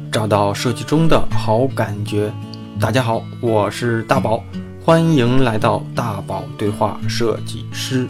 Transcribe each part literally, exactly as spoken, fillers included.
找到设计中的好感觉。大家好，我是大宝，欢迎来到大宝对话设计师。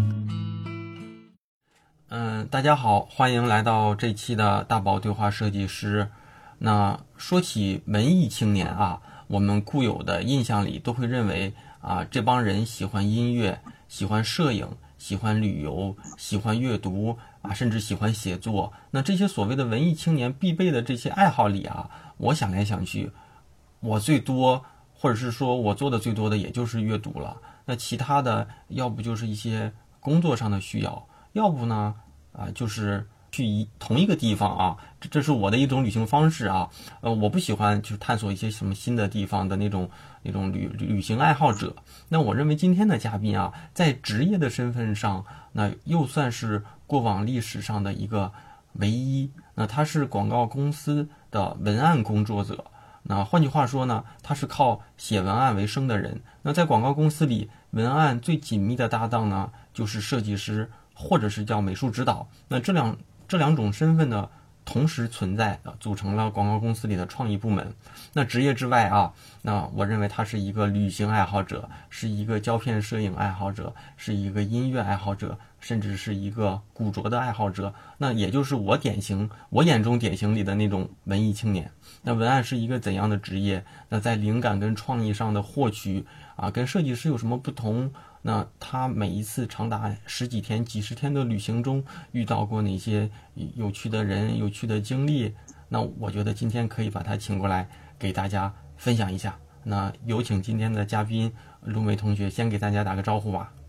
嗯，大家好，欢迎来到这期的大宝对话设计师。那说起文艺青年啊，我们固有的印象里都会认为啊，这帮人喜欢音乐，喜欢摄影，喜欢旅游，喜欢阅读啊，甚至喜欢写作。那这些所谓的文艺青年必备的这些爱好里啊，我想来想去，我最多或者是说我做的最多的也就是阅读了。那其他的要不就是一些工作上的需要，要不呢啊就是去一同一个地方啊，这这是我的一种旅行方式啊。呃，我不喜欢就是探索一些什么新的地方的那种那种旅旅行爱好者。那我认为今天的嘉宾啊，在职业的身份上，那又算是过往历史上的一个唯一。那他是广告公司的文案工作者。那换句话说呢，他是靠写文案为生的人。那在广告公司里，文案最紧密的搭档呢，就是设计师或者是叫美术指导。那这两这两种身份呢，同时存在，组成了广告公司里的创意部门。那职业之外啊，那我认为他是一个旅行爱好者，是一个胶片摄影爱好者，是一个音乐爱好者，甚至是一个古着的爱好者。那也就是我典型我眼中典型里的那种文艺青年。那文案是一个怎样的职业？那在灵感跟创意上的获取啊，跟设计师有什么不同？那他每一次长达十几天、几十天的旅行中，遇到过哪些有趣的人、有趣的经历？那我觉得今天可以把他请过来给大家分享一下。那有请今天的嘉宾陆梅同学，先给大家打个招呼吧。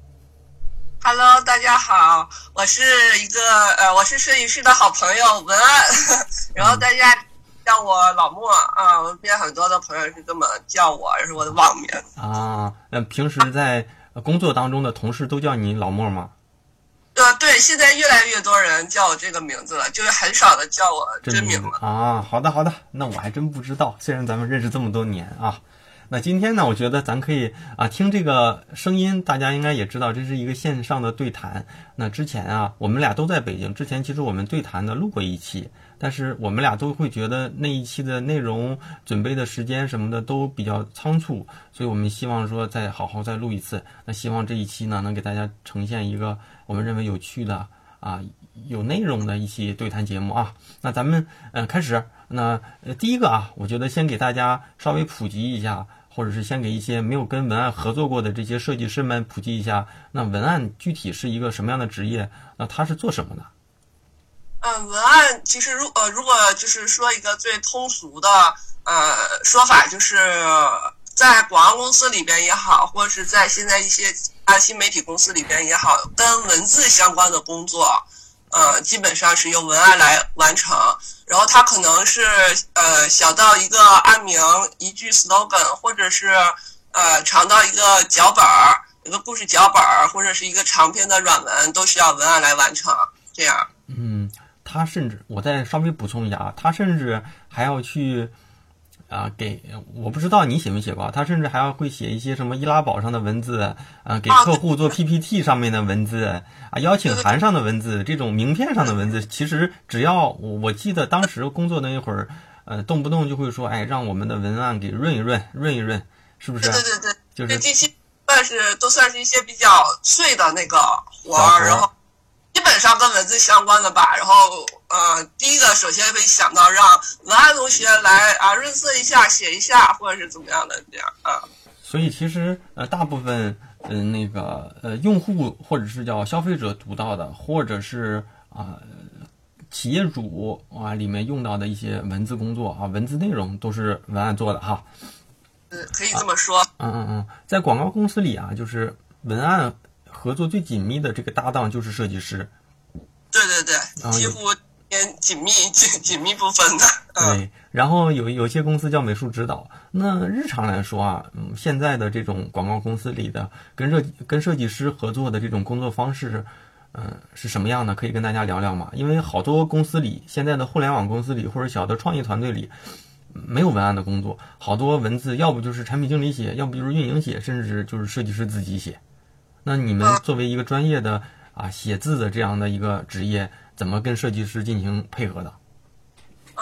Hello， 大家好，我是一个呃，我是设计师的好朋友文案，然后大家叫我老莫啊，我身边很多的朋友是这么叫我，这是我的网名啊。那平时在工作当中的同事都叫你老莫吗？ 呃，对，现在越来越多人叫我这个名字了，就是很少的叫我真名了啊。好的好的，那我还真不知道，虽然咱们认识这么多年啊。那今天呢，我觉得咱可以啊听这个声音，大家应该也知道这是一个线上的对谈。那之前啊，我们俩都在北京，之前其实我们对谈的录过一期，但是我们俩都会觉得那一期的内容、准备的时间什么的都比较仓促，所以我们希望说再好好再录一次。那希望这一期呢，能给大家呈现一个我们认为有趣的啊有内容的一期对谈节目啊。那咱们呃开始，那呃第一个啊，我觉得先给大家稍微普及一下。或者是先给一些没有跟文案合作过的这些设计师们普及一下，那文案具体是一个什么样的职业？那他是做什么的？ 嗯，文案其实如呃如果就是说一个最通俗的呃说法，就是在广告公司里边也好，或者是在现在一些啊新媒体公司里边也好，跟文字相关的工作，呃基本上是由文案来完成。然后它可能是呃小到一个案名、一句 slogan， 或者是呃长到一个脚本、一个故事脚本，或者是一个长篇的软文，都需要文案来完成。这样， 嗯，他甚至我再稍微补充一下啊，他甚至还要去啊给我不知道你写没写过，他甚至还要会写一些什么易拉宝上的文字啊，给客户做 P P T 上面的文字啊，邀请函上的文字，这种名片上的文字，其实只要我我记得当时工作那一会儿，呃，动不动就会说，哎，让我们的文案给润一润，润一润，是不是？ 对对对， 就是这些算是都算是一些比较碎的那个活儿，然后基本上跟文字相关的吧。然后呃，第一个首先会想到让文案同学来啊润色一下、写一下，或者是怎么样的这样啊。 所以其实呃，大部分嗯、呃、那个呃用户或者是叫消费者读到的，或者是啊、呃、企业主啊里面用到的一些文字工作啊，文字内容都是文案做的哈。 嗯，可以这么说。 啊、嗯嗯嗯，在广告公司里啊，就是文案合作最紧密的这个搭档就是设计师。 对对对，啊、几乎偏紧密紧紧密部分的。 嗯、对，然后有有些公司叫美术指导。那日常来说啊，嗯，现在的这种广告公司里的跟设跟设计师合作的这种工作方式，嗯、呃，是什么样的？可以跟大家聊聊吗？因为好多公司里，现在的互联网公司里或者小的创意团队里，没有文案的工作，好多文字要不就是产品经理写，要不就是运营写，甚至就是设计师自己写。那你们作为一个专业的啊写字的这样的一个职业，怎么跟设计师进行配合的？ 呃，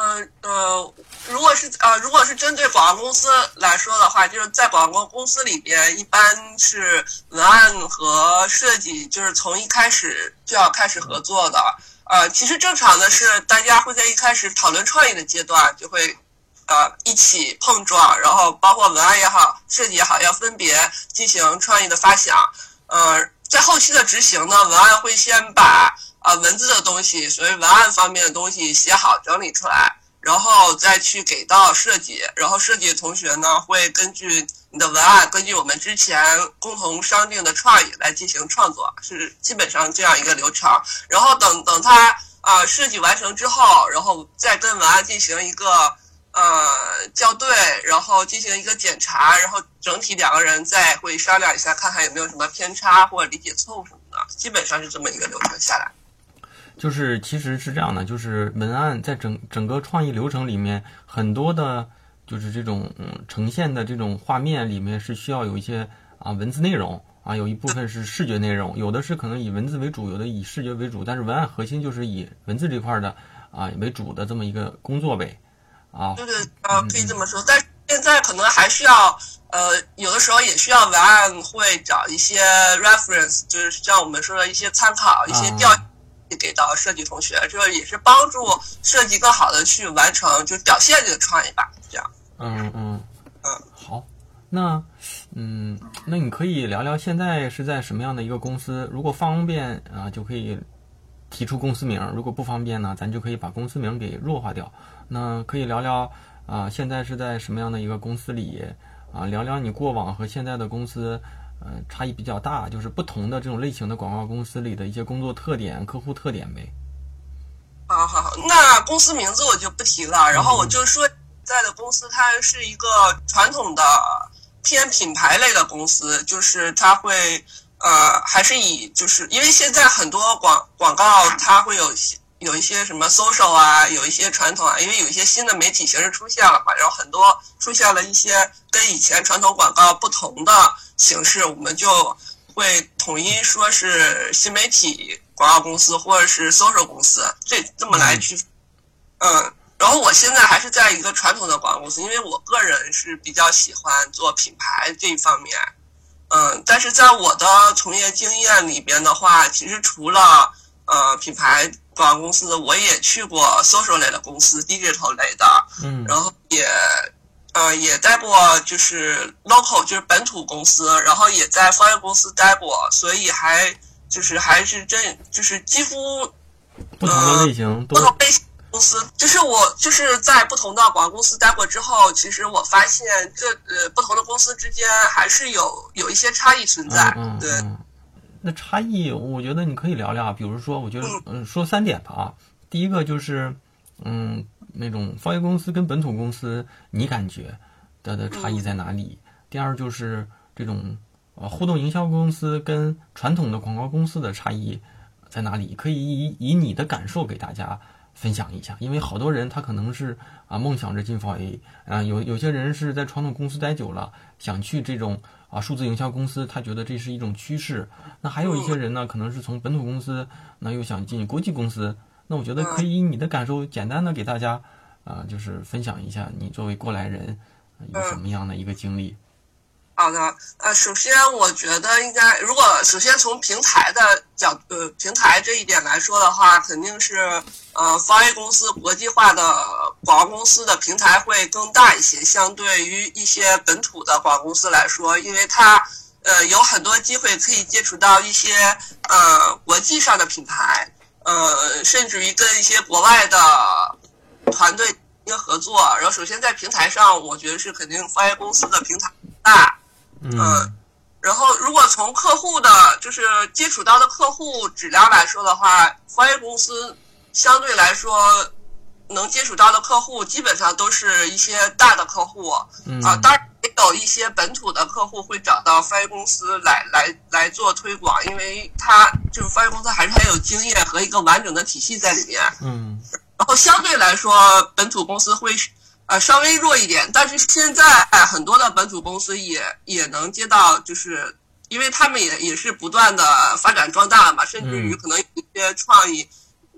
呃呃，如果是呃，如果是针对广告公司来说的话，就是在广告公司里边，一般是文案和设计，就是从一开始就要开始合作的。呃，其实正常的是，大家会在一开始讨论创意的阶段就会呃一起碰撞，然后包括文案也好，设计也好，要分别进行创意的发想。呃，在后期的执行呢，文案会先把啊、呃，文字的东西，所谓文案方面的东西写好整理出来，然后再去给到设计，然后设计同学呢会根据你的文案，根据我们之前共同商定的创意来进行创作，是基本上这样一个流程。然后等等它啊、呃、设计完成之后，然后再跟文案进行一个呃校对，然后进行一个检查，然后整体两个人再会商量一下，看看有没有什么偏差或者理解错误什么的，基本上是这么一个流程下来。 就是其实是这样的，就是文案在整整个创意流程里面，很多的，就是这种嗯呈现的这种画面里面是需要有一些啊文字内容啊，有一部分是视觉内容，有的是可能以文字为主，有的以视觉为主，但是文案核心就是以文字这块的啊为主的这么一个工作呗，啊。 对对，呃，可以这么说，但是现在可能还需要。呃，有的时候也需要文案会找一些 reference， 就是像我们说的一些参考、一些调给到设计同学，这个也是帮助设计更好的去完成，就表现这个创意吧。这样。 嗯嗯嗯， 好，那嗯，那你可以聊聊现在是在什么样的一个公司？如果方便啊，就可以提出公司名；如果不方便呢，咱就可以把公司名给弱化掉。那可以聊聊啊，现在是在什么样的一个公司里？啊，聊聊你过往和现在的公司，呃，差异比较大，就是不同的这种类型的广告公司里的一些工作特点、客户特点呗。 好好好，那公司名字我就不提了，然后我就说，在的公司它是一个传统的偏品牌类的公司，就是它会呃，还是以就是因为现在很多广广告它会有。有一些什么 social 啊，有一些传统啊，因为有一些新的媒体形式出现了嘛，然后很多出现了一些跟以前传统广告不同的形式，我们就会统一说是新媒体广告公司或者是 social 公司，这这么来区分。嗯，然后我现在还是在一个传统的广告公司，因为我个人是比较喜欢做品牌这一方面。嗯，但是在我的从业经验里边的话，其实除了呃品牌广告公司，我也去过 social 类的公司 digital 类的， 嗯， 然后也呃也待过就是 local 就是本土公司，然后也在商业公司待过，所以还就是还是真就是几乎不同的类型、呃、 不同类型公司，就是我就是在不同的广告公司待过之后，其实我发现这呃不同的公司之间还是有有一些差异存在， 嗯嗯、 对。 嗯，那差异，我觉得你可以聊聊，比如说，我觉得，嗯，说三点吧啊。第一个就是，嗯，那种商业公司跟本土公司，你感觉的的差异在哪里？第二就是这种呃互动营销公司跟传统的广告公司的差异在哪里？可以以以你的感受给大家分享一下，因为好多人他可能是啊梦想着进 四 A， 啊有有些人是在传统公司待久了，想去这种。啊，数字营销公司，他觉得这是一种趋势。那还有一些人呢，可能是从本土公司，那又想进国际公司。那我觉得可以以你的感受，简单的给大家啊、呃，就是分享一下你作为过来人、呃、有什么样的一个经历。 好的，呃，首先我觉得应该，如果首先从平台的角，呃，平台这一点来说的话，肯定是，呃，商业公司国际化的广告公司的平台会更大一些，相对于一些本土的广告公司来说，因为它，呃，有很多机会可以接触到一些，呃，国际上的品牌，呃，甚至于跟一些国外的团队进行合作。然后，首先在平台上，我觉得是肯定商业公司的平台大。 嗯， 然后如果从客户的，就是接触到的客户质量来说的话，商业公司相对来说能接触到的客户基本上都是一些大的客户， 嗯、 啊，当然也有一些本土的客户会找到商业公司来来来做推广，因为他就是商业公司还是很有经验和一个完整的体系在里面。 嗯， 然后相对来说，本土公司会。呃，稍微弱一点，但是现在很多的本土公司也也能接到，就是因为他们也也是不断的发展壮大了嘛，甚至于可能有一些创意，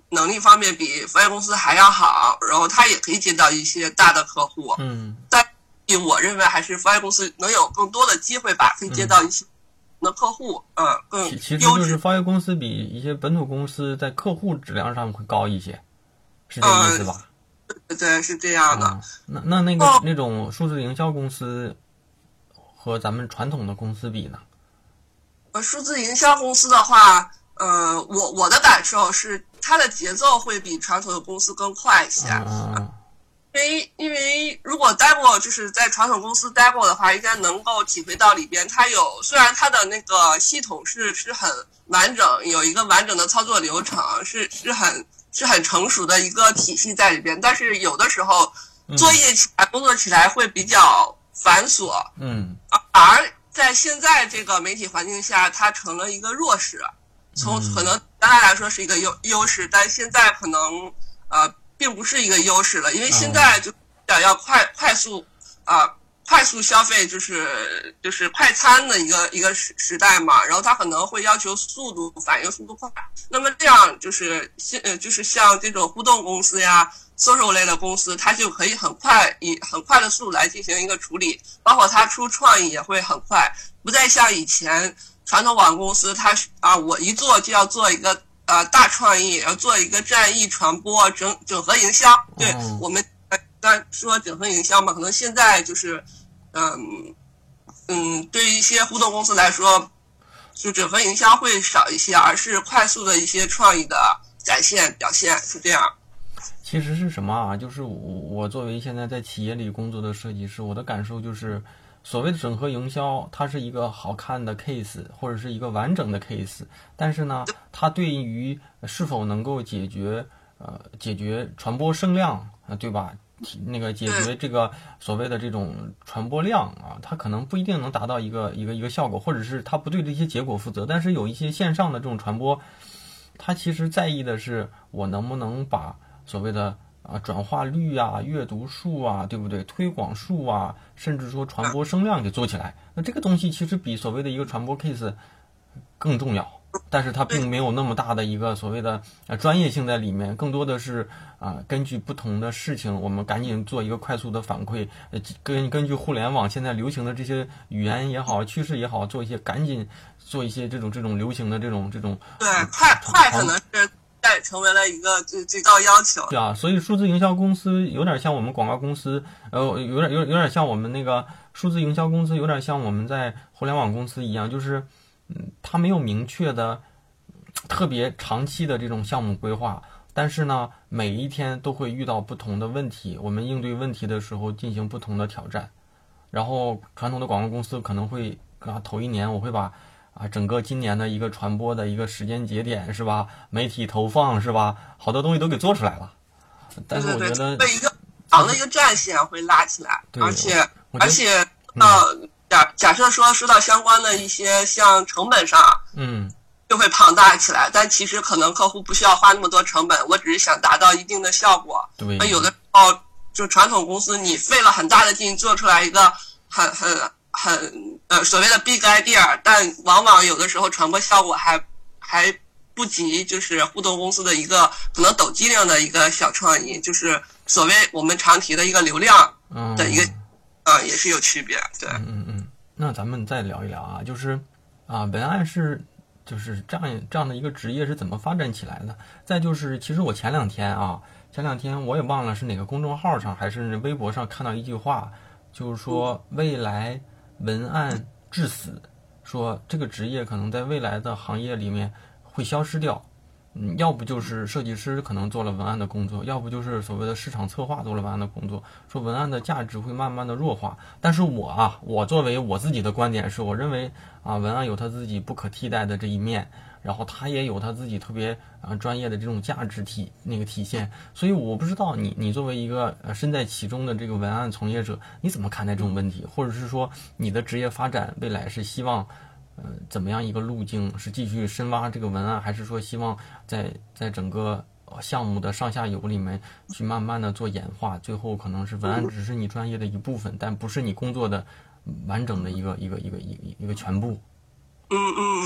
能力方面比服务公司还要好，然后他也可以接到一些大的客户。 嗯， 但我认为还是服务公司能有更多的机会吧，可以接到一些的客户，嗯，嗯更其其实就是发业公司比一些本土公司在客户质量上会高一些，是这个意思吧？ 嗯、对，是这样的。 嗯、那那那个、 哦、 那种数字营销公司和咱们传统的公司比呢？ 呃，数字营销公司的话，呃，我我的感受是，它的节奏会比传统的公司更快一些。 嗯， 因为因为如果待过就是在传统公司待过的话，应该能够体会到里边它有，虽然它的那个系统是是很完整，有一个完整的操作流程，是是很是很成熟的一个体系在里边，但是有的时候作业起来、工作起来会比较繁琐。 嗯， 而在现在这个媒体环境下，它成了一个弱势。从可能当然来说是一个优优势，但现在可能呃并不是一个优势了，因为现在就想要快快速啊、呃、快速消费，就是就是快餐的一个一个时时代嘛，然后它可能会要求速度反应速度快。那么这样就是呃就是像这种互动公司呀、social 类的公司，它就可以很快以很快的速度来进行一个处理，包括它出创意也会很快，不再像以前。传统网公司，它啊，我一做就要做一个呃大创意，要做一个战役传播、整整合营销。对、哦、我们刚说整合营销嘛，可能现在就是嗯嗯，对于一些互动公司来说，就整合营销会少一些，而是快速的一些创意的展现表现，是这样。 其实是什么啊？就是我我作为现在在企业里工作的设计师，我的感受就是。所谓的整合营销，它是一个好看的 case 或者是一个完整的 case， 但是呢，它对于是否能够解决呃解决传播声量啊，对吧？那个解决这个所谓的这种传播量啊，它可能不一定能达到一个一个一个效果，或者是它不对这些结果负责。但是有一些线上的这种传播，它其实在意的是我能不能把所谓的啊，转化率啊，阅读数啊，对不对？推广数啊，甚至说传播声量给做起来。那这个东西其实比所谓的一个传播 case 更重要，但是它并没有那么大的一个所谓的呃专业性在里面，更多的是啊、呃，根据不同的事情，我们赶紧做一个快速的反馈，呃，根根据互联网现在流行的这些语言也好，趋势也好，做一些赶紧做一些这种这种流行的这种这种对快快可能是。成为了一个最最高要求。 对啊，所以数字营销公司有点像我们广告公司，呃，有点有有点像我们那个数字营销公司，有点像我们在互联网公司一样，就是嗯，它没有明确的特别长期的这种项目规划，但是呢，每一天都会遇到不同的问题，我们应对问题的时候进行不同的挑战。然后传统的广告公司可能会啊，头一年我会把。啊，整个今年的一个传播的一个时间节点是吧？媒体投放是吧？好多东西都给做出来了。但是我觉得， 对一个长的一个战线会拉起来，而且而且呃， 假假设说说到相关的一些像成本上， 嗯， 就会庞大起来。但其实可能客户不需要花那么多成本，我只是想达到一定的效果。 对， 那有的时候就传统公司，你费了很大的劲做出来一个很很。很呃所谓的 big idea， 但往往有的时候传播效果还还不及就是互动公司的一个可能抖机灵的一个小创意，就是所谓我们常提的一个流量的一个啊、嗯呃、也是有区别。对， 嗯嗯嗯。那咱们再聊一聊啊，就是啊文案是就是这样这样的一个职业是怎么发展起来的？再就是其实我前两天啊前两天我也忘了是哪个公众号上还是微博上看到一句话，就是说未来。文案致死，说这个职业可能在未来的行业里面会消失掉，嗯，要不就是设计师可能做了文案的工作，要不就是所谓的市场策划做了文案的工作，说文案的价值会慢慢的弱化。但是我啊，我作为我自己的观点是，我认为啊，文案有它自己不可替代的这一面。然后他也有他自己特别啊、呃、专业的这种价值体那个体现，所以我不知道你你作为一个呃身在其中的这个文案从业者，你怎么看待这种问题，或者是说你的职业发展未来是希望呃怎么样一个路径，是继续深挖这个文案，还是说希望在在整个项目的上下游里面去慢慢的做演化，最后可能是文案只是你专业的一部分，但不是你工作的完整的一个一个一个一个一个全部。 嗯嗯嗯，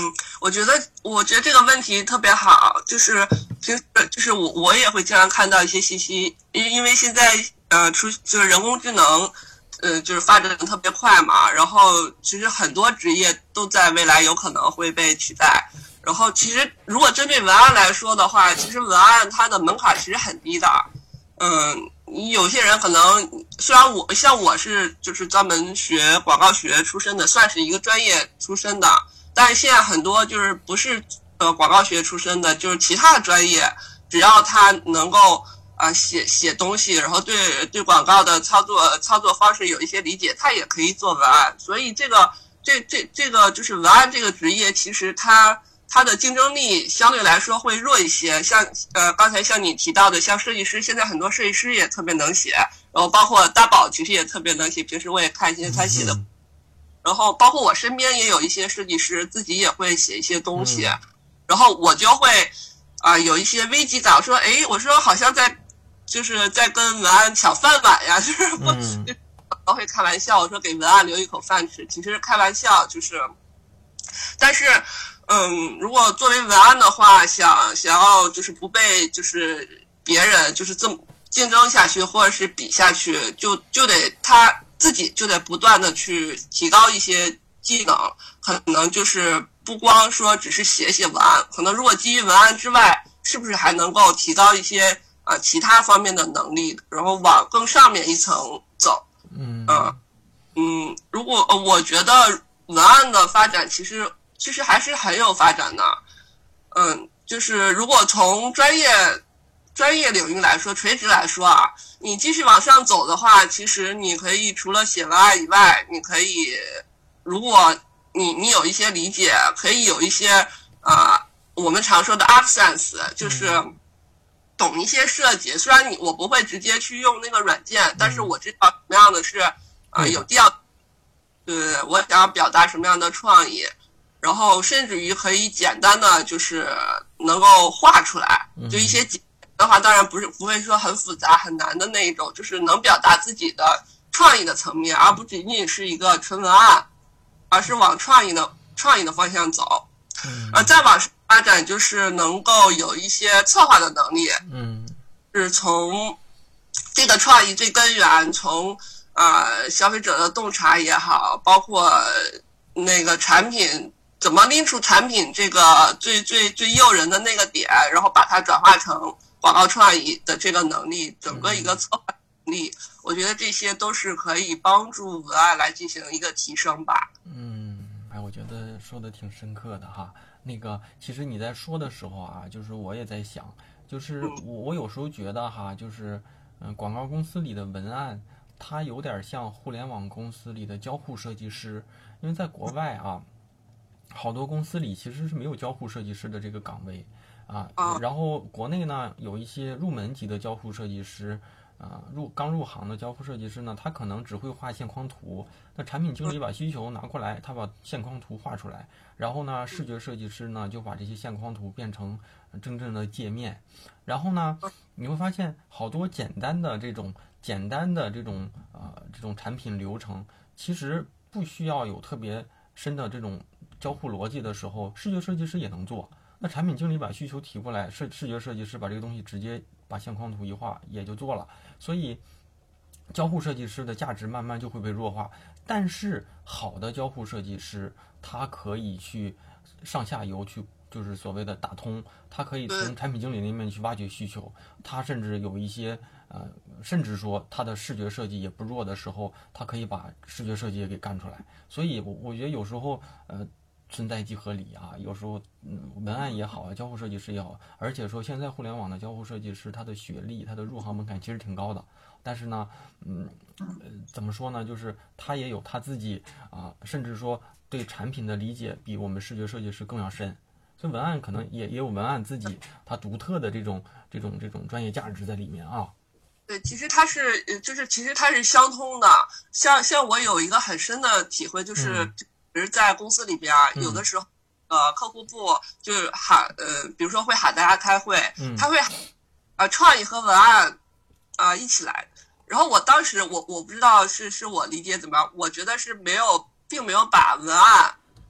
我觉得，我觉得这个问题特别好，就是平时就是我我也会经常看到一些信息，因因为现在呃出就是人工智能，呃就是发展的特别快嘛，然后其实很多职业都在未来有可能会被取代。然后其实如果针对文案来说的话，其实文案它的门槛其实很低的，嗯。你有些人可能虽然我像我是就是专门学广告学出身的，算是一个专业出身的，但是现在很多就是不是呃广告学出身的，就是其他的专业，只要他能够啊、呃、写写东西，然后对对广告的操作操作方式有一些理解，他也可以做文案。所以这个这这这个就是文案这个职业，其实它。它的竞争力相对来说会弱一些，像呃刚才像你提到的，像设计师，现在很多设计师也特别能写，然后包括大宝其实也特别能写，平时我也看一些他写的，嗯、然后包括我身边也有一些设计师自己也会写一些东西，嗯、然后我就会啊、呃、有一些危机感，说哎，我说好像在就是在跟文案抢饭碗呀，就是我、嗯、我会开玩笑，我说给文案留一口饭吃，其实开玩笑就是，但是。嗯，如果作为文案的话，想想要就是不被就是别人就是这么竞争下去，或者是比下去，就就得他自己就得不断的去提高一些技能，可能就是不光说只是写写文案，可能如果基于文案之外，是不是还能够提高一些啊、呃、其他方面的能力，然后往更上面一层走。 嗯嗯嗯，如果我觉得文案的发展其实。其实还是很有发展的，嗯，就是如果从专业专业领域来说，垂直来说啊，你继续往上走的话，其实你可以除了写文案以外，你可以，如果你你有一些理解，可以有一些啊、呃，我们常说的 art sense， 就是懂一些设计。虽然你我不会直接去用那个软件，但是我知道什么样的是啊、呃、有必要，对，我想要表达什么样的创意。然后甚至于可以简单的就是能够画出来，就一些简的话，当然不是不会说很复杂很难的那一种，就是能表达自己的创意的层面，而不仅仅是一个纯文案，而是往创意的创意的方向走。呃，再往上发展就是能够有一些策划的能力， 嗯， 是从这个创意最根源，从呃消费者的洞察也好，包括那个产品。怎么拎出产品这个最最最诱人的那个点，然后把它转化成广告创意的这个能力，整个一个策划能力，我觉得这些都是可以帮助文案来进行一个提升吧。 嗯，哎，我觉得说的挺深刻的哈。那个，其实你在说的时候啊，就是我也在想，就是我我有时候觉得哈，就是嗯、呃，广告公司里的文案，它有点像互联网公司里的交互设计师，因为在国外啊。好多公司里其实是没有交互设计师的这个岗位啊，然后国内呢有一些入门级的交互设计师啊，入刚入行的交互设计师呢，他可能只会画线框图，那产品经理把需求拿过来，他把线框图画出来，然后呢视觉设计师呢就把这些线框图变成真正的界面，然后呢你会发现好多简单的这种简单的这种呃这种产品流程，其实不需要有特别深的这种交互逻辑的时候，视觉设计师也能做。那产品经理把需求提过来，视视觉设计师把这个东西直接把线框图一画也就做了。所以，交互设计师的价值慢慢就会被弱化。但是，好的交互设计师，他可以去上下游去，就是所谓的打通，他可以从产品经理那边去挖掘需求。他甚至有一些呃，甚至说他的视觉设计也不弱的时候，他可以把视觉设计也给干出来。所以我我觉得有时候呃。存在即合理啊，有时候嗯文案也好啊，交互设计师也好，而且说现在互联网的交互设计师他的学历他的入行门槛其实挺高的，但是呢嗯、呃、怎么说呢，就是他也有他自己啊、呃，甚至说对产品的理解比我们视觉设计师更要深，所以文案可能也也有文案自己它独特的这种这种这种专业价值在里面啊。 对，其实它是就是其实它是相通的，像像我有一个很深的体会，就是、嗯比如在公司里边，有的时候，嗯、呃，客户部就是喊呃，比如说会喊大家开会， 嗯、 他会呃创意和文案啊、呃、一起来。然后我当时我我不知道是是我理解怎么样，我觉得是没有，并没有把文案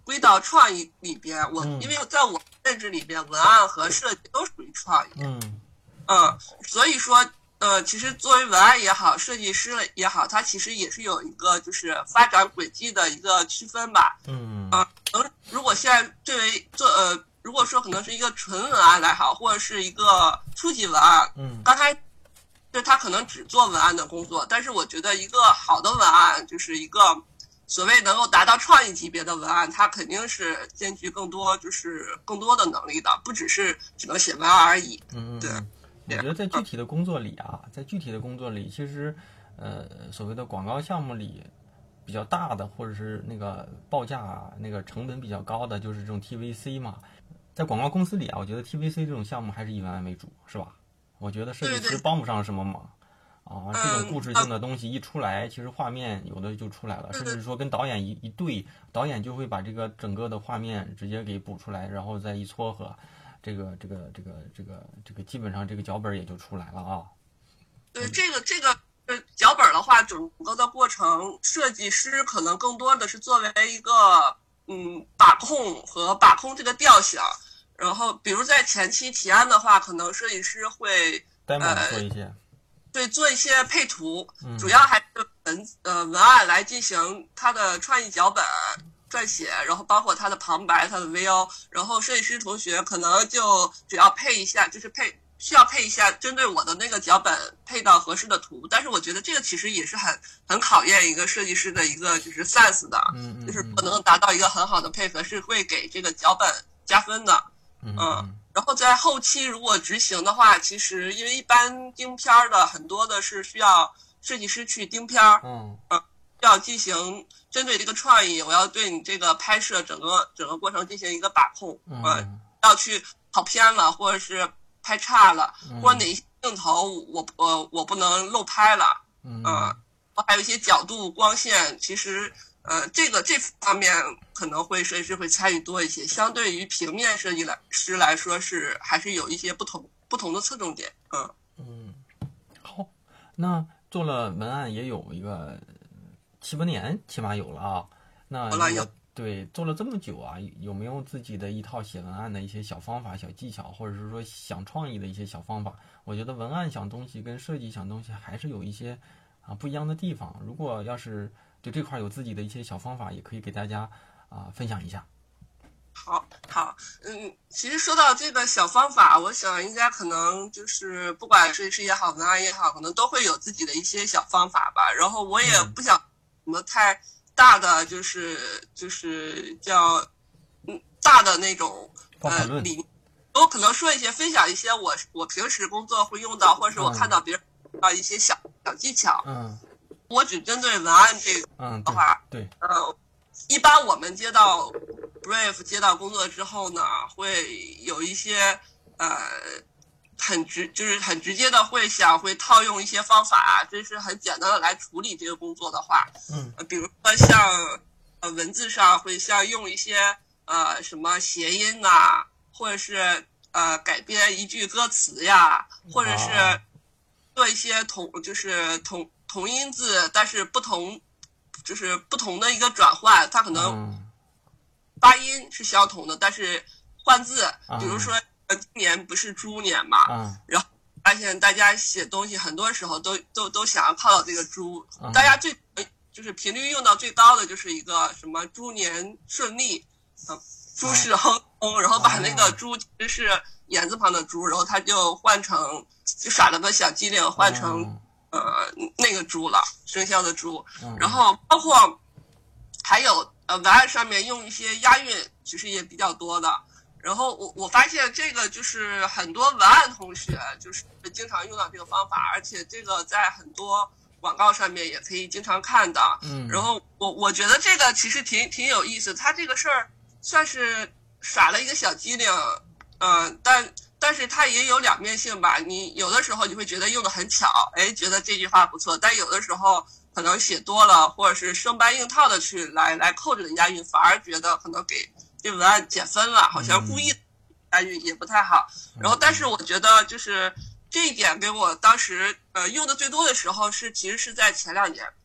归到创意里边。我、 嗯、 因为在我认知里边，文案和设计都属于创意。 嗯嗯，所以说。呃，其实作为文案也好，设计师也好，它其实也是有一个就是发展轨迹的一个区分吧。 嗯啊，呃，如果现在作为做呃，如果说可能是一个纯文案来好，或者是一个初级文案， 嗯， 刚才就他可能只做文案的工作，但是我觉得一个好的文案就是一个所谓能够达到创意级别的文案，它肯定是兼具更多就是更多的能力的，不只是只能写文案而已。 嗯， 对。 我觉得在具体的工作里啊，在具体的工作里，其实，呃，所谓的广告项目里，比较大的或者是那个报价啊、那个成本比较高的，就是这种 T V C 嘛。在广告公司里啊，我觉得 T V C 这种项目还是以文案为主，是吧？我觉得设计师帮不上什么忙啊。这种故事性的东西一出来，其实画面有的就出来了，甚至说跟导演一一对，导演就会把这个整个的画面直接给补出来，然后再一撮合。这个这个这个这个这个基本上这个脚本也就出来了啊。 对，这个这个呃脚本的话，整个的过程，设计师可能更多的是作为一个嗯把控和把控这个调性。然后，比如在前期提案的话，可能设计师会呃做一些， 对做一些配图， 嗯、 主要还是文呃文案来进行它的创意脚本。撰写，然后包括它的旁白、它的 V O， 然后设计师同学可能就只要配一下，就是配需要配一下针对我的那个脚本配到合适的图。但是我觉得这个其实也是很很考验一个设计师的一个就是 sense 的， 嗯嗯嗯， 就是不能达到一个很好的配合，是会给这个脚本加分的。 嗯， 嗯然后在后期如果执行的话，其实因为一般盯片的很多的是需要设计师去盯片， 嗯嗯。要进行针对这个创意，我要对你这个拍摄整个整个过程进行一个把控，呃，要去跑偏了，或者是拍差了，或者哪一些镜头我我我不能漏拍了， 嗯， 呃，还有一些角度、光线，其实呃这个这方面可能会设计师会参与多一些，相对于平面设计来师来说是还是有一些不同不同的侧重点，嗯嗯，好，那做了文案也有一个。七八年起码有了啊，那对做了这么久啊，有没有自己的一套写文案的一些小方法、小技巧，或者是说想创意的一些小方法？我觉得文案想东西跟设计想东西还是有一些啊不一样的地方。如果要是对这块有自己的一些小方法，也可以给大家啊分享一下。 好，好，嗯，其实说到这个小方法，我想应该可能就是不管设计师也好，文案也好，可能都会有自己的一些小方法吧。然后我也不想。什么太大的就是就是叫嗯大的那种呃理念，我可能说一些分享一些我我平时工作会用到，或者是我看到别人啊一些小小技巧。 嗯， 我只针对文案这个的话， 嗯、对， 呃，一般我们接到 brief 接到工作之后呢，会有一些呃。很直就是很直接的会想会套用一些方法，这是很简单的来处理这个工作的话， 嗯， 呃，比如说像呃文字上会像用一些呃什么谐音呐、啊，或者是呃改编一句歌词呀，或者是做一些同就是同同音字，但是不同就是不同的一个转换，它可能发音是相同的，但是换字，比如说。今年不是猪年嘛， 嗯， 然后发现大家写东西很多时候都都都想要靠到这个猪，嗯、大家最就是频率用到最高的就是一个什么猪年顺利，啊，诸事亨通，然后把那个猪其实是言字旁的猪，然后他就换成就耍了个小机灵，换成、嗯、呃那个猪了，生肖的猪，然后包括还有呃文案上面用一些押韵，其实也比较多的。然后我我发现这个就是很多文案同学就是经常用到这个方法，而且这个在很多广告上面也可以经常看到。 嗯， 然后我我觉得这个其实挺挺有意思，他这个事儿算是耍了一个小机灵，嗯、呃，但但是它也有两面性吧。你有的时候你会觉得用的很巧，哎，觉得这句话不错，但有的时候可能写多了，或者是生搬硬套的去来来扣这个押韵，反而觉得可能给这文案减分了，好像故意押韵也不太好。然后，但是我觉得就是这一点给我当时呃用的最多的时候是，其实是在前两年，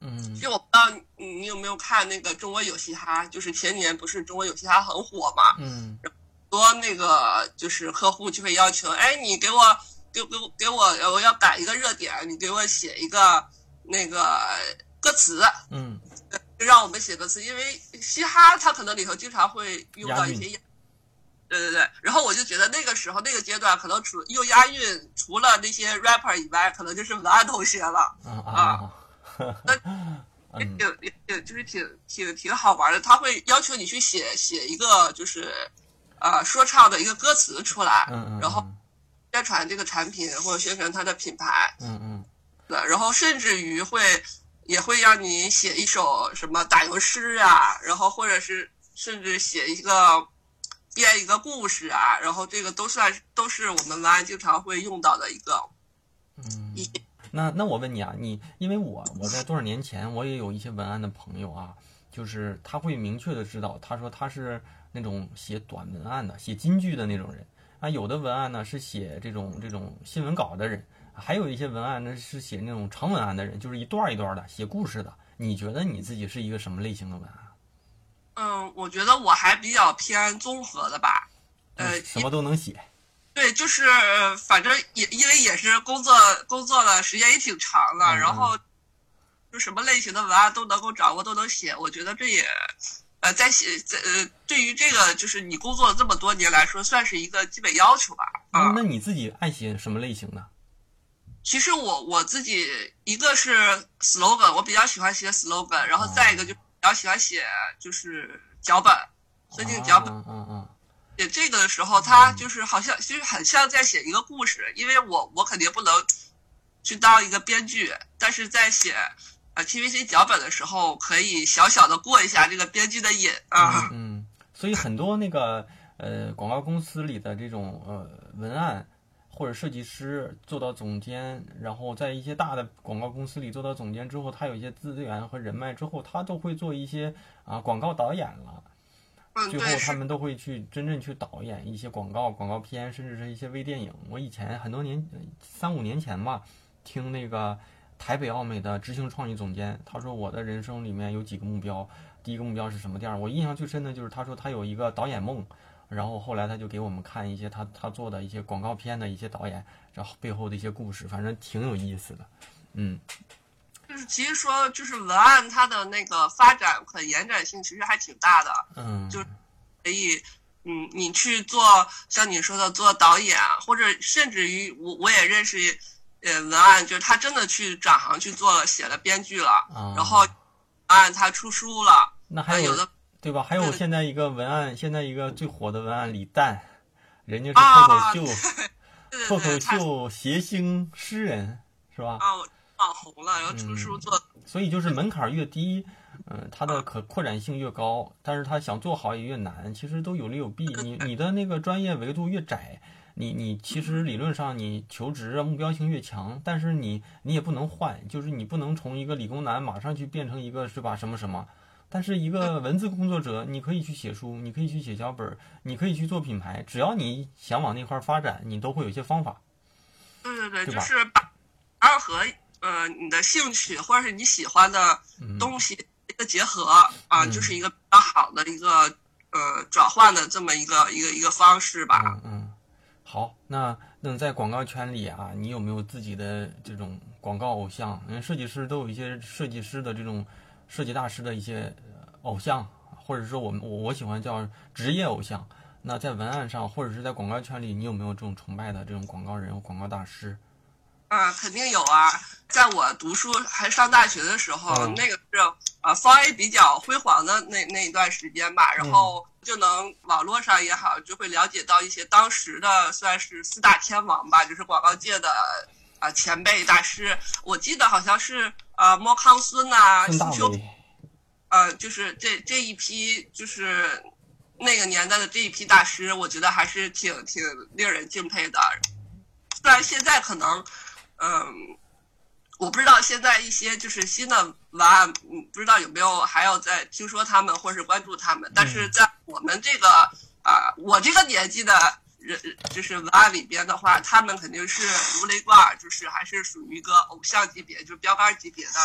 嗯， 就我不知道你你有没有看那个中国有嘻哈，就是前年不是中国有嘻哈很火嘛， 嗯， 很多那个就是客户就会要求，哎，你给我给给我给我我要改一个热点，你给我写一个那个歌词， 嗯， 就让我们写歌词，因为嘻哈它可能里头经常会用到一些押。对对对，然后我就觉得那个时候那个阶段，可能除用押韵，除了那些 rapper 以外，可能就是文案同学了啊。那也挺也也就是挺挺挺好玩的，他会要求你去写写一个就是呃说唱的一个歌词出来， 嗯嗯， 然后宣传这个产品或者宣传它的品牌， 嗯嗯， 对，然后甚至于会也会让你写一首什么打油诗啊，然后或者是甚至写一个。编一个故事啊，然后这个都算都是我们文案经常会用到的一个， 嗯，那那我问你啊，你因为我我在多少年前我也有一些文案的朋友啊，就是他会明确的知道，他说他是那种写短文案的，写金句的那种人啊，有的文案呢是写这种这种新闻稿的人，还有一些文案呢是写那种长文案的人，就是一段一段的写故事的。你觉得你自己是一个什么类型的文案？ 嗯，我觉得我还比较偏综合的吧，呃， 什么都能写。 对，就是反正也因为也是工作工作了时间也挺长了， 嗯嗯然后就什么类型的文案都能够掌握，都能写。我觉得这也呃在写在呃对于这个就是你工作了这么多年来说，算是一个基本要求吧。啊、 嗯，那你自己爱写什么类型的？ 其实我我自己一个是 slogan， 我比较喜欢写 slogan， 然后再一个就。比较喜欢写就是脚本，设定脚本。 嗯嗯嗯。 写这个的时候，他就是好像其实很像在写一个故事，因为我我肯定不能去当一个编剧，但是在写呃 P V C 脚本的时候，可以小小的过一下这个编剧的瘾啊。 嗯, 嗯，所以很多那个呃广告公司里的这种呃文案。或者设计师做到总监，然后在一些大的广告公司里做到总监之后，他有一些资源和人脉之后，他都会做一些啊广告导演了。最后他们都会去真正去导演一些广告、广告片，甚至是一些微电影。我以前很多年三五年前吧，听那个台北奥美的执行创意总监，他说我的人生里面有几个目标，第一个目标是什么店？我印象最深的就是他说他有一个导演梦。然后后来他就给我们看一些他他做的一些广告片的一些导演，然后背后的一些故事，反正挺有意思的。嗯， 就是其实说就是文案它的那个发展和延展性其实还挺大的。 嗯， 就可以嗯你去做像你说的做导演，或者甚至于我我也认识呃文案，就是他真的去转行去做写了编剧了， 啊、 然后文案他出书了。 那还有、 有的。 对吧？还有现在一个文案，现在一个最火的文案李诞，人家是脱口秀， 啊、 脱口秀谐星诗人，是吧？ 啊，网红了，然后出书做、 嗯。所以就是门槛越低，嗯、呃，它的可扩展性越高，但是他想做好也越难。其实都有利有弊。你你的那个专业维度越窄，你你其实理论上你求职啊目标性越强，但是你你也不能换，就是你不能从一个理工男马上去变成一个是吧什么什么。但是一个文字工作者，你可以去写书，你可以去写脚本，你可以去做品牌，只要你想往那块发展，你都会有一些方法。 对对对， 对就是把二和呃你的兴趣或者是你喜欢的东西一个结合、嗯、啊，就是一个比较好的一个呃转换的这么一个一个一个方式吧。 嗯嗯，好，那那在广告圈里啊，你有没有自己的这种广告偶像？因为设计师都有一些设计师的这种。设计大师的一些偶像，或者说我们我我喜欢叫职业偶像。那在文案上，或者是在广告圈里，你有没有这种崇拜的这种广告人、广告大师？ 啊，肯定有啊！在我读书还上大学的时候， 嗯、 那个是啊方 A 比较辉煌的那那一段时间吧，然后就能网络上也好，就会了解到一些当时的算是四大天王吧，就是广告界的啊、呃、前辈大师。我记得好像是。啊，莫康孙呐、啊， 孙大伟，呃，就是这这一批，就是那个年代的这一批大师，我觉得还是挺挺令人敬佩的。虽然现在可能，嗯，我不知道现在一些就是新的文案，嗯，不知道有没有还要再听说他们或是关注他们，但是在我们这个啊、呃，我这个年纪的。人就是文案里边的话，他们肯定是如雷贯耳，就是还是属于一个偶像级别，就是标杆级别的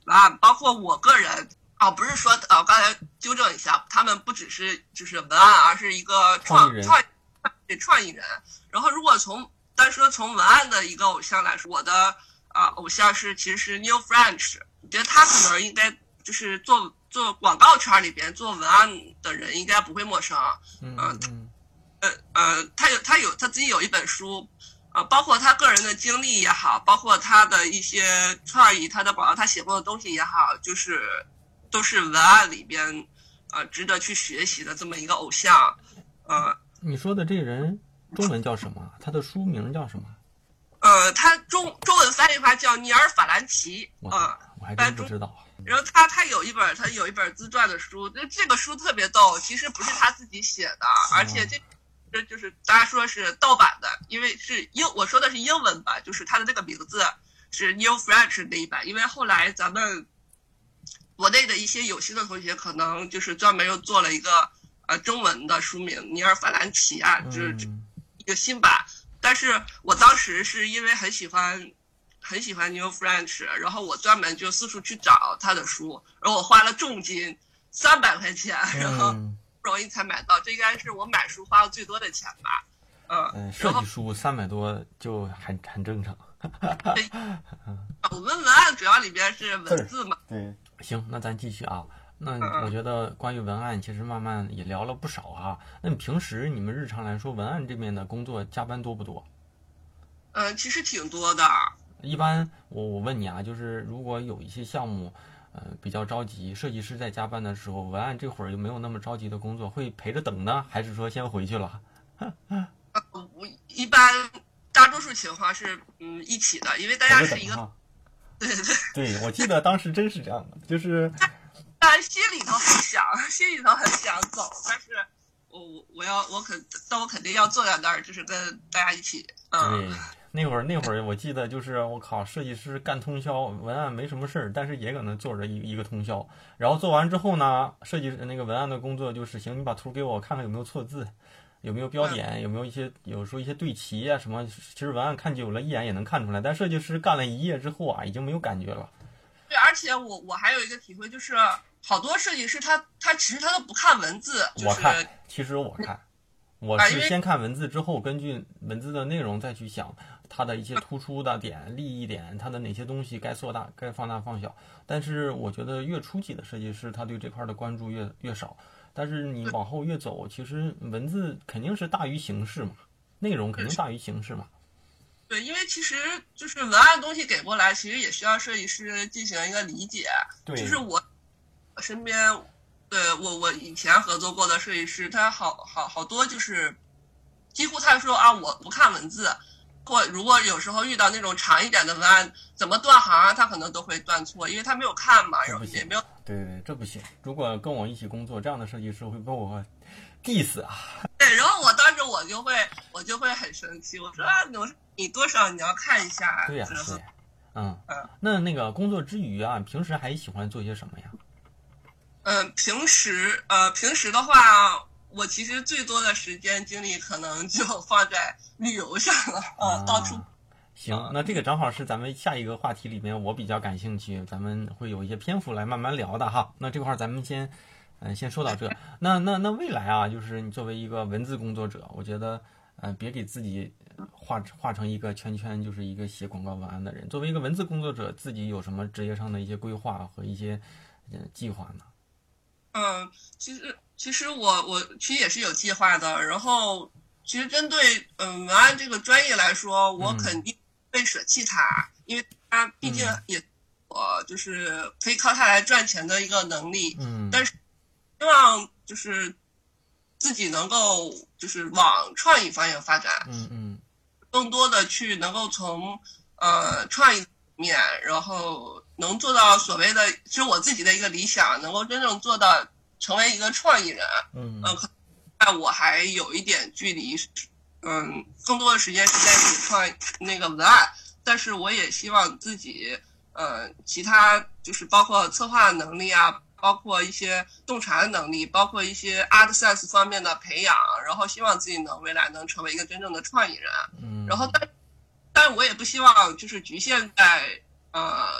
文案，包括我个人啊，不是说呃，刚才纠正一下，他们不只是就是文案，而是一个创创对创意人。然后如果从单说从文案的一个偶像来说，我的啊、呃、偶像是其实是 Neil French， 我觉得他可能应该就是做做广告圈里边做文案的人应该不会陌生。 嗯嗯呃呃，他有他有他自己有一本书。呃，包括他个人的经历也好，包括他的一些创意，他的广告，他写过的东西也好，就是都是文案里边呃值得去学习的这么一个偶像。呃， 你说的这个人中文叫什么？他的书名叫什么？ 呃，他中中文翻译的话叫尼尔·法兰奇。 呃，我还真不知道。 然后他他有一本他有一本自传的书，那这个书特别逗，其实不是他自己写的，而且这。这就是大家说是盗版的，因为是英，我说的是英文版，就是它的这个名字是 Neil French 那一版，因为后来咱们国内的一些有心的同学可能就是专门又做了一个呃中文的书名尼尔·法兰奇啊，就是一个新版。但是我当时是因为很喜欢很喜欢 Neil French， 然后我专门就四处去找他的书，然后我花了重金三百块钱，然后。不容易才买到，这应该是我买书花的最多的钱吧。嗯， 嗯设计书三百多就很很正常。 我们文案主要里边是文字嘛。 对，行，那咱继续啊。那我觉得关于文案，其实慢慢也聊了不少啊。那你平时你们日常来说，文案这边的工作加班多不多？ 嗯，其实挺多的。 一般我我问你啊，就是如果有一些项目。呃，比较着急，设计师在加班的时候，文案这会儿又没有那么着急的工作，会陪着等呢，还是说先回去了？ 呃，我一般大多数情况是嗯一起的，因为大家是一个，对对对， 对，我记得当时真是这样的，就是当然心里头很想，心里头很想走，但是我我要我肯，但我肯定要坐在那儿，就是跟大家一起，嗯。 对。那会儿那会儿我记得就是我靠，设计师干通宵，文案没什么事儿，但是也可能做着一一个通宵。然后做完之后呢，设计那个文案的工作就是行，你把图给我看看有没有错字，有没有标点，有没有一些有时候一些对齐啊什么。其实文案看久了，一眼也能看出来，但设计师干了一夜之后啊，已经没有感觉了。 对，而且我我还有一个体会，就是好多设计师他他其实他都不看文字，就是、 我看，其实我看。我是先看文字之后，根据文字的内容再去想它的一些突出的点、利益点，它的哪些东西该做大、该放大放小。但是我觉得越初级的设计师，他对这块的关注越越少。但是你往后越走，其实文字肯定是大于形式嘛，内容肯定大于形式嘛。 对，因为其实就是文案东西给过来，其实也需要设计师进行一个理解。 对， 就是我身边。对我，我以前合作过的设计师，他好好好多就是几乎他说啊，我不看文字，或如果有时候遇到那种长一点的文案，怎么断行，他可能都会断错，因为他没有看嘛，然后也没有。 对对对，这不行。如果跟我一起工作，这样的设计师会被我 diss 啊。 对，然后我当时我就会我就会很生气，我说啊，我说你多少你要看一下。 对呀、啊，对。嗯嗯，那那个工作之余啊，平时还喜欢做些什么呀？ 嗯，平时呃，平时的话，我其实最多的时间精力可能就放在旅游上了，啊、呃，到处。 行，那这个正好是咱们下一个话题里面我比较感兴趣，咱们会有一些篇幅来慢慢聊的哈。那这块咱们先，嗯、呃，先说到这。那那那未来啊，就是你作为一个文字工作者，我觉得，呃，别给自己画画成一个圈圈，就是一个写广告文案的人。作为一个文字工作者，自己有什么职业上的一些规划和一些呃计划呢？ 嗯，其实其实我我其实也是有计划的。然后，其实针对嗯文案这个专业来说，我肯定会舍弃它，嗯、因为它毕竟也我就是可以靠它来赚钱的一个能力。 嗯， 但是希望就是自己能够就是往创意方向发展。 嗯嗯， 更多的去能够从呃创意面，然后。能做到所谓的，其实我自己的一个理想，能够真正做到成为一个创意人， 嗯， 呃，可能我还有一点距离，嗯，更多的时间是在写创那个文案，但是我也希望自己，呃，其他就是包括策划能力啊，包括一些洞察能力，包括一些 art sense 方面的培养，然后希望自己能未来能成为一个真正的创意人， 嗯， 然后但，但我也不希望就是局限在呃。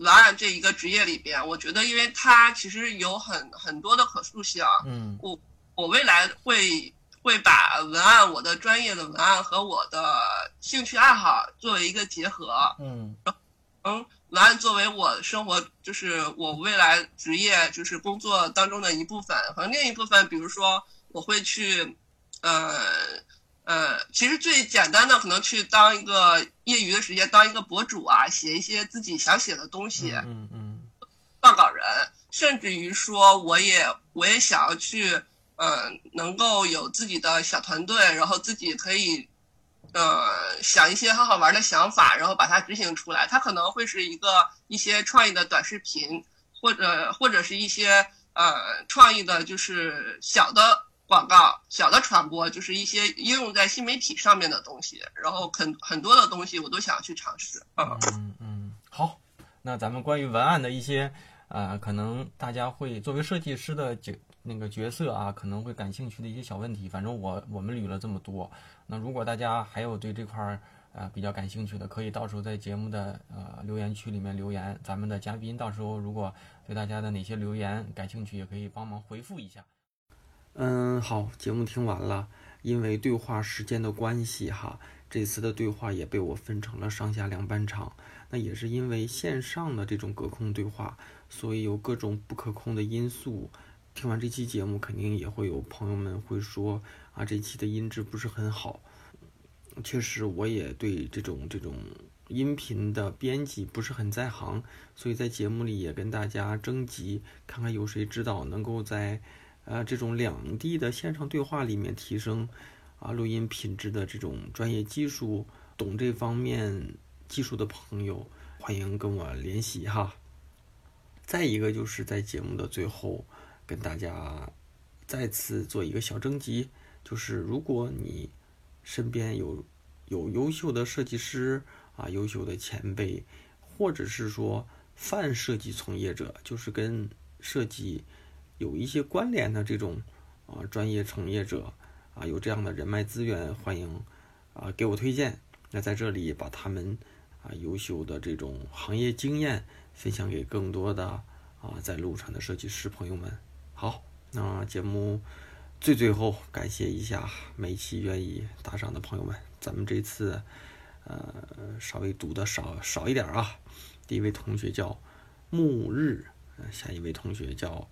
文案这一个职业里边，我觉得因为它其实有很很多的可塑性， 嗯， 我我未来会会把文案我的专业的文案和我的兴趣爱好作为一个结合， 嗯嗯，文案作为我生活就是我未来职业就是工作当中的一部分，可能另一部分比如说我会去呃。呃，其实最简单的可能去当一个业余的时间，当一个博主啊，写一些自己想写的东西， 嗯嗯， 撰稿人，甚至于说我也我也想要去，呃，能够有自己的小团队，然后自己可以，呃，想一些很好玩的想法，然后把它执行出来。它可能会是一个一些创意的短视频，或者或者是一些呃创意的，就是小的。广告小的传播，就是一些应用在新媒体上面的东西，然后很很多的东西我都想去尝试。 嗯嗯嗯，好，那咱们关于文案的一些呃，可能大家会作为设计师的角那个角色啊，可能会感兴趣的一些小问题，反正我我们捋了这么多。那如果大家还有对这块呃比较感兴趣的，可以到时候在节目的呃留言区里面留言，咱们的嘉宾到时候如果对大家的哪些留言感兴趣，也可以帮忙回复一下。嗯，好，节目听完了。因为对话时间的关系哈，这次的对话也被我分成了上下两半场。那也是因为线上的这种隔空对话，所以有各种不可控的因素。听完这期节目，肯定也会有朋友们会说啊，这期的音质不是很好。确实，我也对这种这种音频的编辑不是很在行，所以在节目里也跟大家征集，看看有谁知道能够在呃，这种两地的线上对话里面提升啊录音品质的这种专业技术，懂这方面技术的朋友，欢迎跟我联系哈。再一个就是在节目的最后，跟大家再次做一个小征集，就是如果你身边有有优秀的设计师啊，优秀的前辈，或者是说泛设计从业者，就是跟设计有一些关联的这种啊专业从业者啊，有这样的人脉资源，欢迎啊给我推荐。那在这里把他们啊优秀的这种行业经验分享给更多的啊在路上的设计师朋友们。好，那节目最最后感谢一下每期愿意打赏的朋友们。咱们这次呃稍微读的少少一点啊。第一位同学叫暮日，下一位同学叫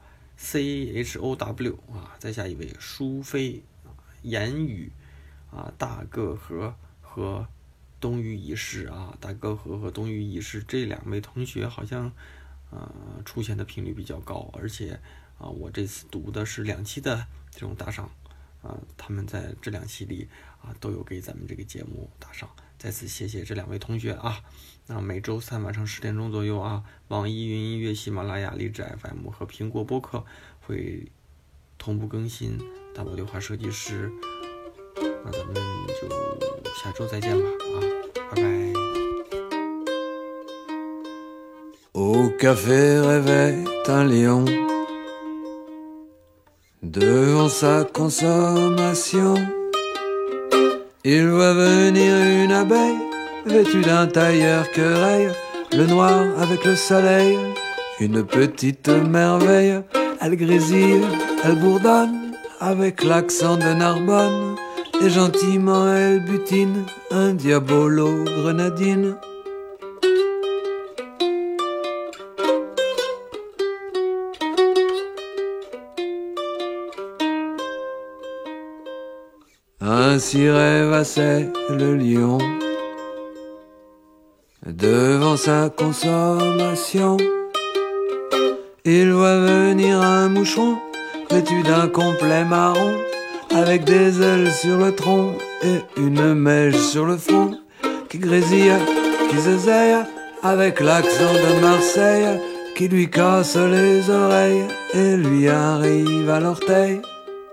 C H O W 啊，再下一位舒飞、言语啊，大个河和东隅已逝啊，大个河和东隅已逝这两位同学好像呃出现的频率比较高，而且啊，我这次读的是两期的这种打赏啊，他们在这两期里啊都有给咱们这个节目打赏，再次谢谢这两位同学啊。那每周三晚上十点钟左右啊，网易云音乐、喜马拉雅、荔枝 F M 和苹果播客会同步更新大宝对话设计师。那咱们就下周再见吧啊，拜拜。 Au café rêvait un lion devant sa consommation. Il voit venir une abeille vêtue d'un tailleur querelle, le noir avec le soleil, une petite merveille. Elle grésille, elle bourdonne avec l'accent de Narbonne, et gentiment elle butine un diabolo grenadine. Ainsi rêvassait le lion devant sa consommation. Il voit venir un moucheron vêtu d'un complet marron, avec des ailes sur le tronc et une mèche sur le front, qui grésille, qui zézèille avec l'accent de Marseille, qui lui casse les oreilles et lui arrive à l'orteil.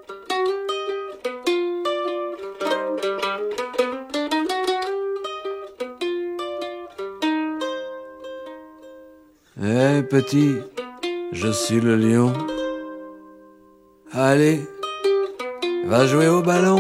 Eh petit, je suis le lion. Allez, va jouer au ballon.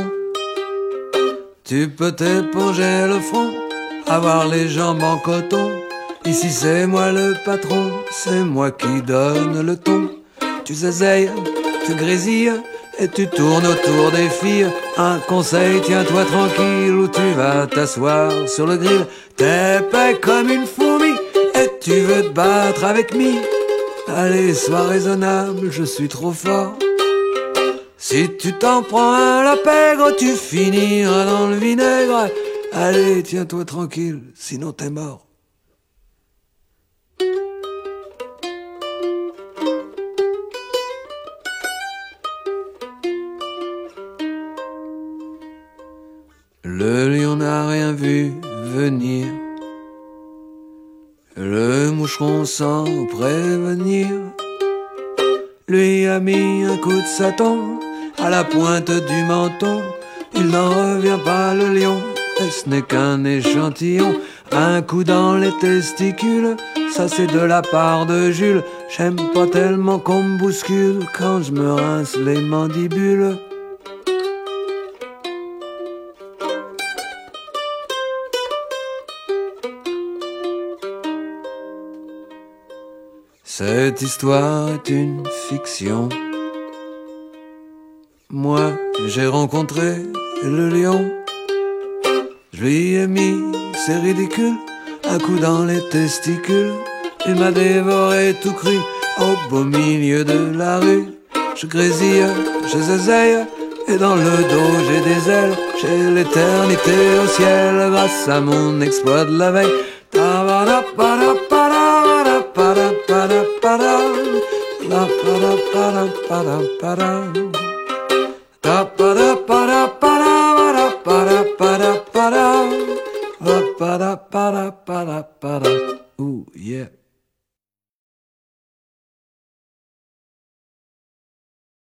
Tu peux t'éponger le front, avoir les jambes en coton Ici c'est moi le patron, c'est moi qui donne le ton. Tu zazayes, tu grésilles et tu tournes autour des filles. Un conseil, tiens-toi tranquille ou tu vas t'asseoir sur le grill. T'es pas comme une fourmi et tu veux te battre avec mi. Allez, sois raisonnable, je suis trop fort. Si tu t'en prends à la pègre, tu finiras dans le vinaigre. Allez, tiens-toi tranquille, sinon t'es mort. Le lion n'a rien vu venir, le moucheron sans prévenir lui a mis un coup de satan à la pointe du menton. Il n'en revient pas le lion, et ce n'est qu'un échantillon. Un coup dans les testicules, ça c'est de la part de Jules. J'aime pas tellement qu'on me bouscule quand je me rince les mandibules. Cette histoire est une fiction. Moi, j'ai rencontré le lion. Je lui ai mis, c'est ridicule, un coup dans les testicules. Il m'a dévoré tout cru au beau milieu de la rue. Je grésille, je zézeille, et dans le dos j'ai des ailes. J'ai l'éternité au ciel grâce à mon exploit de la veille. La para para para para para.